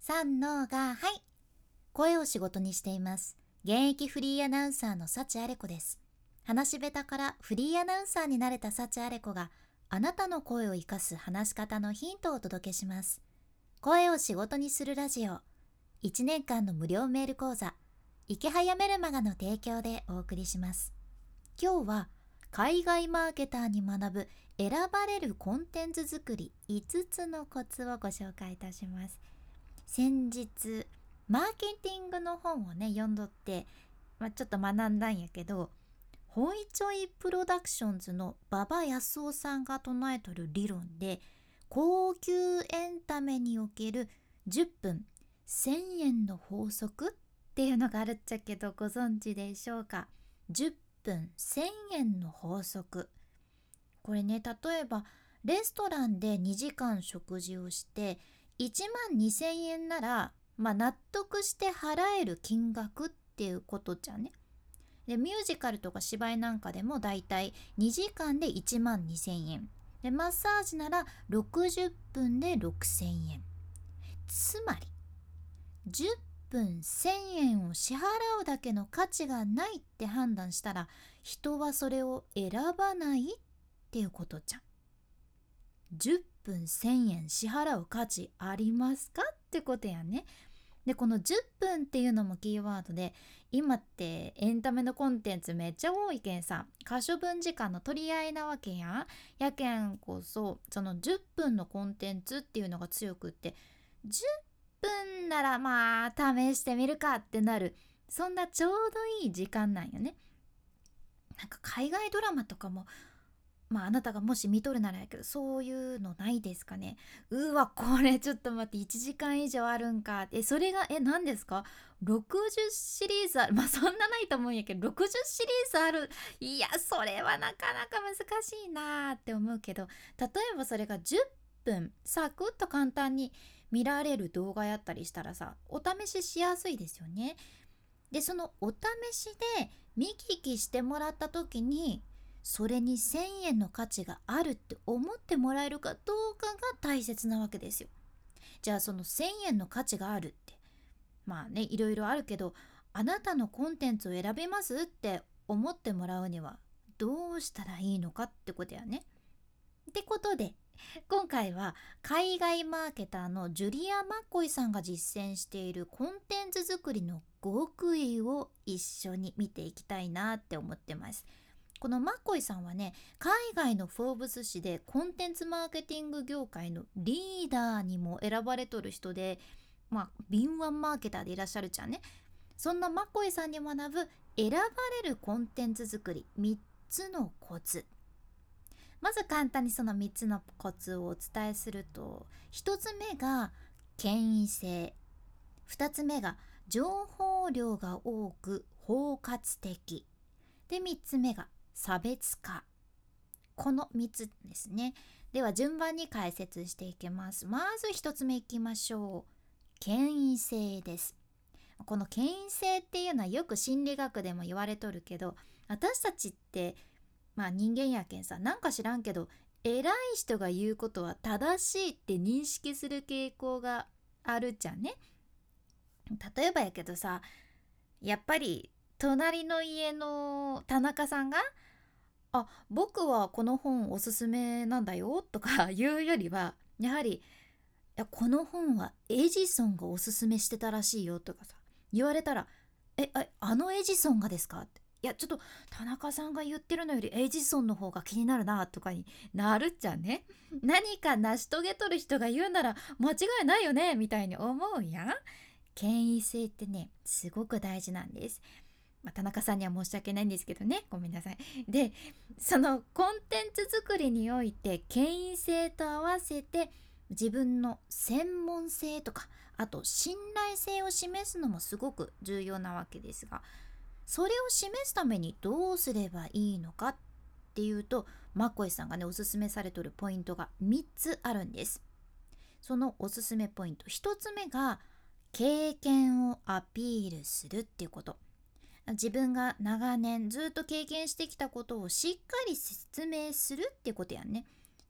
三のがはい。声を仕事にしています。現役フリーアナウンサーの幸あれ子です。話し下手からフリーアナウンサーになれた幸あれ子が、あなたの声を生かす話し方のヒントをお届けします。声を仕事にするラジオ。1年間の無料メール講座、池早メルマガの提供でお送りします。今日は、海外マーケターに学ぶ選ばれるコンテンツ作り5つのコツをご紹介いたします。先日マーケティングの本をね読んどって、ちょっと学んだんやけど、ホイチョイプロダクションズの馬場康夫さんが唱えとる理論で、高級エンタメにおける10分1000円の法則っていうのがあるっちゃけど、ご存知でしょうか。10分1000円の法則。これね、例えばレストランで2時間食事をして1万2000円なら、納得して払える金額っていうことじゃね。でミュージカルとか芝居なんかでもだいたい2時間で1万2000円で、マッサージなら60分で6000円。つまり10分1000円を支払うだけの価値がないって判断したら、人はそれを選ばないっていうことじゃん。10分1000円支払う価値ありますかってことやね。でこの10分っていうのもキーワードで、今ってエンタメのコンテンツめっちゃ多いけんさ、可処分時間の取り合いなわけやん。やけんこそ、その10分のコンテンツっていうのが強くって、10分なら試してみるかってなる、そんなちょうどいい時間なんよね。なんか海外ドラマとかも、あなたがもし見とるならやけど、そういうのないですかね。うわ、これちょっと待って、1時間以上あるんか。それが何ですか？ 60 シリーズある。そんなないと思うんやけど、60シリーズある。いや、それはなかなか難しいなって思うけど、例えばそれが10分サクッと簡単に見られる動画やったりしたらさ、お試ししやすいですよね。でそのお試しで見聞きしてもらった時に、それに1000円の価値があるって思ってもらえるかどうかが大切なわけですよ。じゃあその1000円の価値があるって、いろいろあるけど、あなたのコンテンツを選びますって思ってもらうにはどうしたらいいのかってことやね。ってことで、今回は海外マーケターのジュリア・マッコイさんが実践しているコンテンツ作りの極意を一緒に見ていきたいなって思ってます。このマッコイさんはね、海外のフォーブス誌でコンテンツマーケティング業界のリーダーにも選ばれとる人で、敏腕マーケターでいらっしゃるじゃんね。そんなマッコイさんに学ぶ選ばれるコンテンツ作り3つのコツ。まず簡単にその3つのコツをお伝えすると、1つ目が権威性、2つ目が情報量が多く包括的で、3つ目が差別化。この3つですね。では順番に解説していきます。まず1つ目いきましょう。権威性です。この権威性っていうのはよく心理学でも言われとるけど、私たちって人間やけんさ、なんか知らんけど偉い人が言うことは正しいって認識する傾向があるじゃんね。例えばやけどさ、やっぱり隣の家の田中さんが僕はこの本おすすめなんだよとか言うよりは、やはりこの本はエジソンがおすすめしてたらしいよとかさ言われたら、あのエジソンがですかって、いやちょっと田中さんが言ってるのよりエジソンの方が気になるなとかになるっちゃね。何か成し遂げとる人が言うなら間違いないよねみたいに思うやん。権威性ってね、すごく大事なんです。田中さんには申し訳ないんですけどね、ごめんなさい。でそのコンテンツ作りにおいて権威性と合わせて自分の専門性とか、あと信頼性を示すのもすごく重要なわけですが、それを示すためにどうすればいいのかっていうと、マッコイさんがねおすすめされてるポイントが3つあるんです。そのおすすめポイント1つ目が、経験をアピールするっていうこと。自分が長年ずっと経験してきたことをしっかり説明するってことやんね。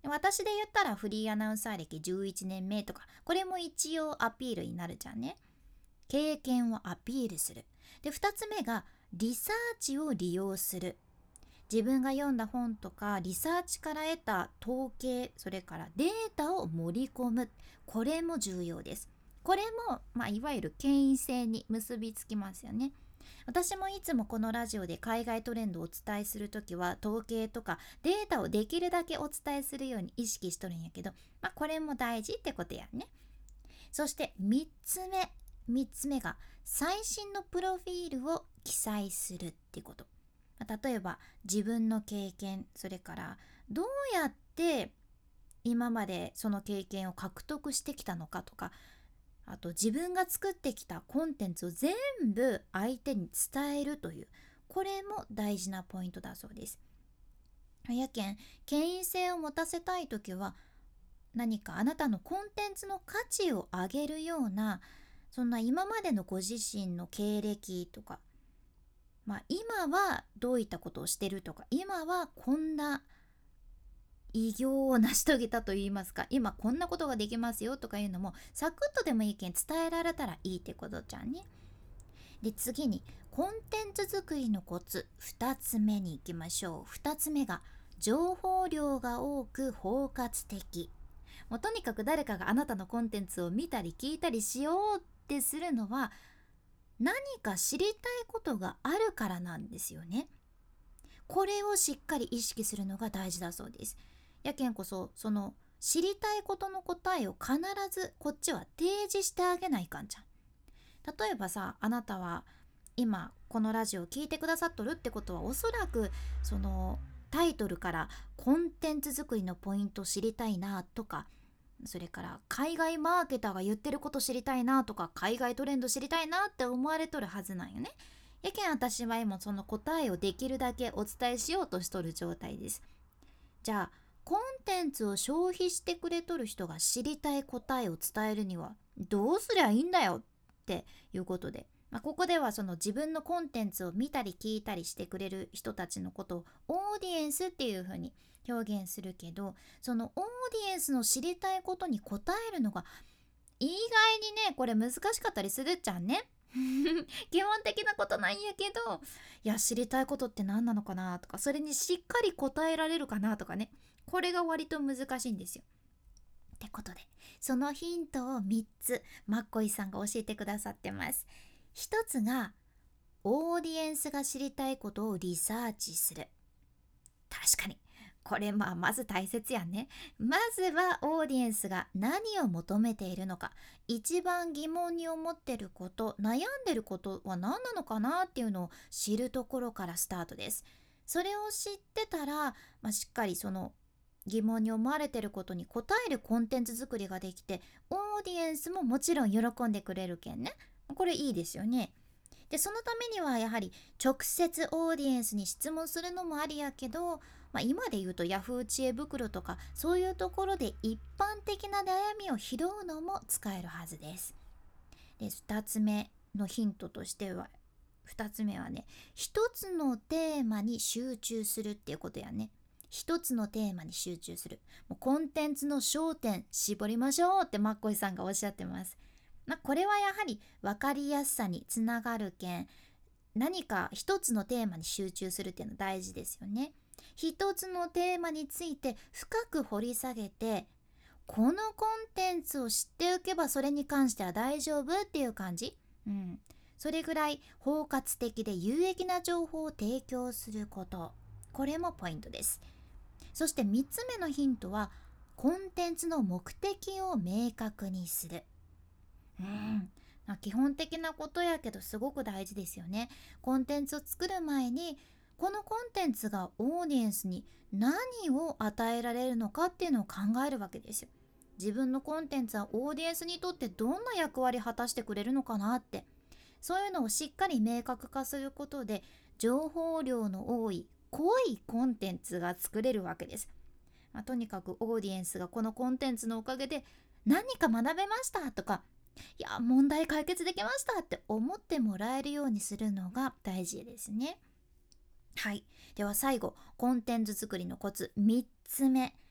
私で言ったらフリーアナウンサー歴11年目とか、これも一応アピールになるじゃんね。経験をアピールする。で、2つ目がリサーチを利用する。自分が読んだ本とかリサーチから得た統計、それからデータを盛り込む。これも重要です。これも、いわゆる権威性に結びつきますよね。私もいつもこのラジオで海外トレンドをお伝えするときは統計とかデータをできるだけお伝えするように意識しとるんやけど、これも大事ってことやね。そして3つ目が最新のプロフィールを記載するってこと。例えば自分の経験、それからどうやって今までその経験を獲得してきたのかとか、あと自分が作ってきたコンテンツを全部相手に伝えるという、これも大事なポイントだそうです。やけん、権威性を持たせたいときは、何かあなたのコンテンツの価値を上げるような、そんな今までのご自身の経歴とか、今はどういったことをしてるとか、今はこんな偉業を成し遂げたといいますか、今こんなことができますよとかいうのもサクッとでもいいけん伝えられたらいいってことじゃんね。で、次にコンテンツ作りのコツ、2つ目に行きましょう。2つ目が情報量が多く包括的。もうとにかく誰かがあなたのコンテンツを見たり聞いたりしようってするのは、何か知りたいことがあるからなんですよね。これをしっかり意識するのが大事だそうです。やけんこそ、その知りたいことの答えを必ずこっちは提示してあげないかんじゃん。例えばさ、あなたは今このラジオを聞いてくださっとるってことは、おそらくそのタイトルからコンテンツ作りのポイント知りたいなとか、それから海外マーケターが言ってること知りたいなとか、海外トレンド知りたいなって思われとるはずなんよね。やけん私は今その答えをできるだけお伝えしようとしとる状態です。じゃあコンテンツを消費してくれとる人が知りたい答えを伝えるにはどうすりゃいいんだよっていうことで、ここではその自分のコンテンツを見たり聞いたりしてくれる人たちのことをオーディエンスっていう風に表現するけど、そのオーディエンスの知りたいことに答えるのが意外にね、これ難しかったりするっちゃんね。基本的なことなんやけど、いや知りたいことって何なのかなとか、それにしっかり答えられるかなとかね、これが割と難しいんですよ。ってことで、そのヒントを3つマッコイさんが教えてくださってます。1つがオーディエンスが知りたいことをリサーチする。確かにこれまず大切やんね。まずはオーディエンスが何を求めているのか、一番疑問に思ってること、悩んでることは何なのかなっていうのを知るところからスタートです。それを知ってたら、しっかりその疑問に思われてることに答えるコンテンツ作りができて、オーディエンスももちろん喜んでくれるけんね。これいいですよね。で、そのためにはやはり直接オーディエンスに質問するのもありやけど、今で言うとヤフー知恵袋とかそういうところで一般的な悩みを拾うのも使えるはずです。で、2つ目のヒントとしては、2つ目はね、一つのテーマに集中するっていうことやね。一つのテーマに集中する。もうコンテンツの焦点絞りましょうってマッコイさんがおっしゃってます。これはやはり分かりやすさにつながるけん、何か一つのテーマに集中するっていうのは大事ですよね。一つのテーマについて深く掘り下げて、このコンテンツを知っておけばそれに関しては大丈夫っていう感じ。それぐらい包括的で有益な情報を提供すること。これもポイントです。そして3つ目のヒントは、コンテンツの目的を明確にする。基本的なことやけどすごく大事ですよね。コンテンツを作る前に、このコンテンツがオーディエンスに何を与えられるのかっていうのを考えるわけですよ。自分のコンテンツはオーディエンスにとってどんな役割果たしてくれるのかなって、そういうのをしっかり明確化することで、情報量の多い濃いコンテンツが作れるわけです。とにかくオーディエンスがこのコンテンツのおかげで何か学べましたとか、いや問題解決できましたって思ってもらえるようにするのが大事ですね。はい。では最後、コンテンツ作りのコツ3つ目。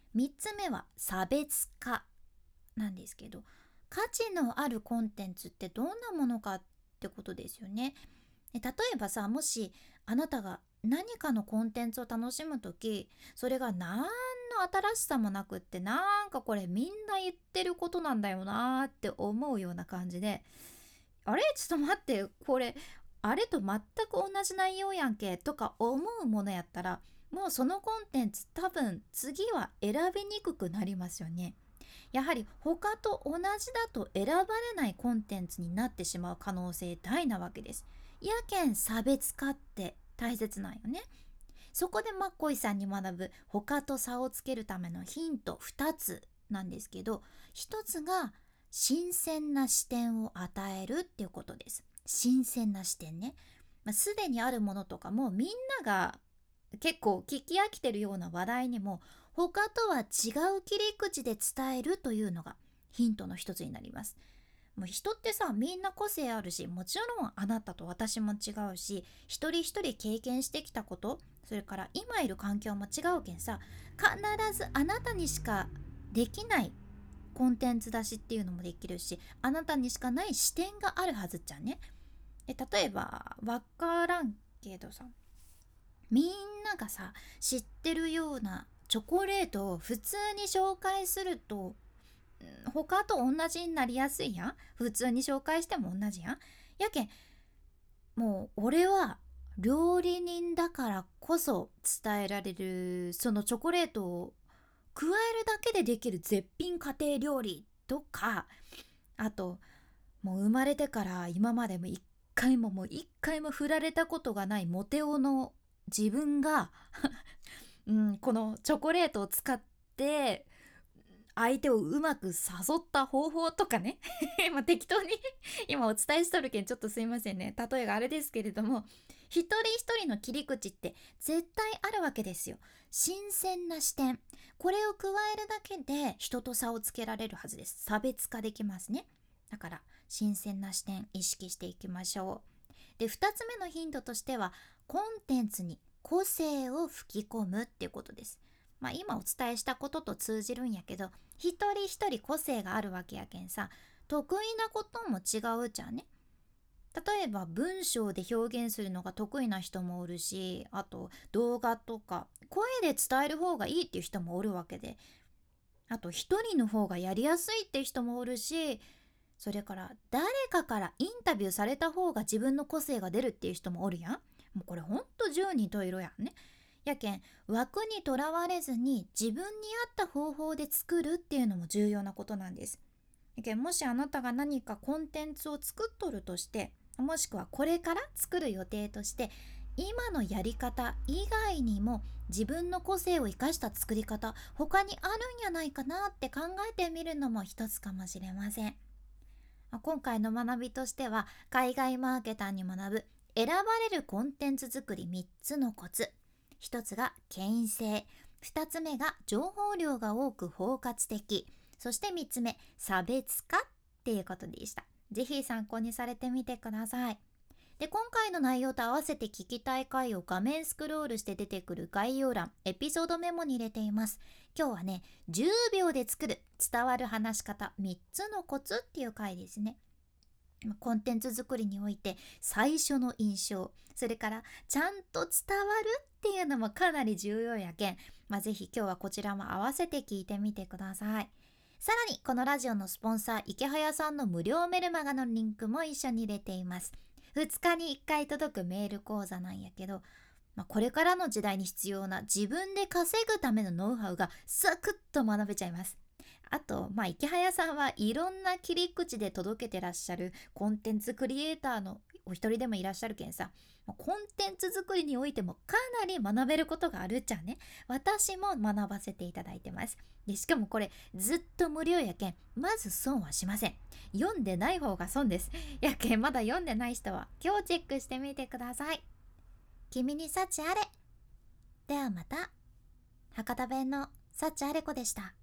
3つ目は差別化なんですけど、価値のあるコンテンツってどんなものかってことですよね。例えばさ、もしあなたが何かのコンテンツを楽しむとき、それが何の新しさもなくって、なんかこれみんな言ってることなんだよなって思うような感じで、あれちょっと待って、これあれと全く同じ内容やんけとか思うものやったら、もうそのコンテンツ多分次は選びにくくなりますよね。やはり他と同じだと選ばれないコンテンツになってしまう可能性大なわけです。やけん差別化って大切なんよね。そこでマッコイさんに学ぶ他と差をつけるためのヒント2つなんですけど、1つが新鮮な視点を与えるっていうことです。新鮮な視点ね。すでにあるものとかもみんなが結構聞き飽きてるような話題にも他とは違う切り口で伝えるというのがヒントの一つになります。もう人ってさ、みんな個性あるし、もちろんあなたと私も違うし、一人一人経験してきたこと、それから今いる環境も違うけんさ、必ずあなたにしかできないコンテンツ出しっていうのもできるし、あなたにしかない視点があるはずっちゃね。例えばわからんけどさ、みんながさ知ってるようなチョコレートを普通に紹介すると、他と同じになりやすいやん。普通に紹介しても同じやん。やけん、もう俺は料理人だからこそ伝えられるそのチョコレートを加えるだけでできる絶品家庭料理とか、あともう生まれてから今までも一回も振られたことがないモテ男の自分がこのチョコレートを使って相手をうまく誘った方法とかね適当に今お伝えしとるけんちょっとすいませんね、例えがあれですけれども、一人一人の切り口って絶対あるわけですよ。新鮮な視点、これを加えるだけで人と差をつけられるはずです。差別化できますね。だから新鮮な視点意識していきましょう。で、2つ目のヒントとしては、コンテンツに個性を吹き込むっていうことです。今お伝えしたことと通じるんやけど、一人一人個性があるわけやけんさ、得意なことも違うじゃんね。例えば文章で表現するのが得意な人もおるし、あと動画とか声で伝える方がいいっていう人もおるわけで、あと一人の方がやりやすいって人もおるし、それから誰かからインタビューされた方が自分の個性が出るっていう人もおるやん。もうこれほんと十人十色やんね。やけん、枠にとらわれずに自分に合った方法で作るっていうのも重要なことなんです。やけん、もしあなたが何かコンテンツを作っとるとして、もしくはこれから作る予定として、今のやり方以外にも自分の個性を生かした作り方他にあるんやないかなって考えてみるのも一つかもしれません。今回の学びとしては、海外マーケターに学ぶ選ばれるコンテンツ作り3つのコツ。1つが権威性、2つ目が情報量が多く包括的、そして3つ目差別化っていうことでした。ぜひ参考にされてみてください。で、今回の内容と合わせて聞きたい回を画面スクロールして出てくる概要欄、エピソードメモに入れています。今日はね、10秒で作る伝わる話し方3つのコツっていう回ですね。コンテンツ作りにおいて最初の印象、それからちゃんと伝わるっていうのもかなり重要やけん、ぜひ今日はこちらも合わせて聞いてみてください。さらにこのラジオのスポンサー池早さんの無料メルマガのリンクも一緒に入れています。2日に1回届くメール講座なんやけど、これからの時代に必要な自分で稼ぐためのノウハウがサクッと学べちゃいます。あと、池早さんはいろんな切り口で届けてらっしゃるコンテンツクリエイターのお一人でもいらっしゃるけんさ、コンテンツ作りにおいてもかなり学べることがあるっちゃね。私も学ばせていただいてます。で、しかもこれずっと無料やけん、まず損はしません。読んでない方が損です。やけん、まだ読んでない人は今日チェックしてみてください。君に幸あれ。ではまた。博多弁の幸あれ子でした。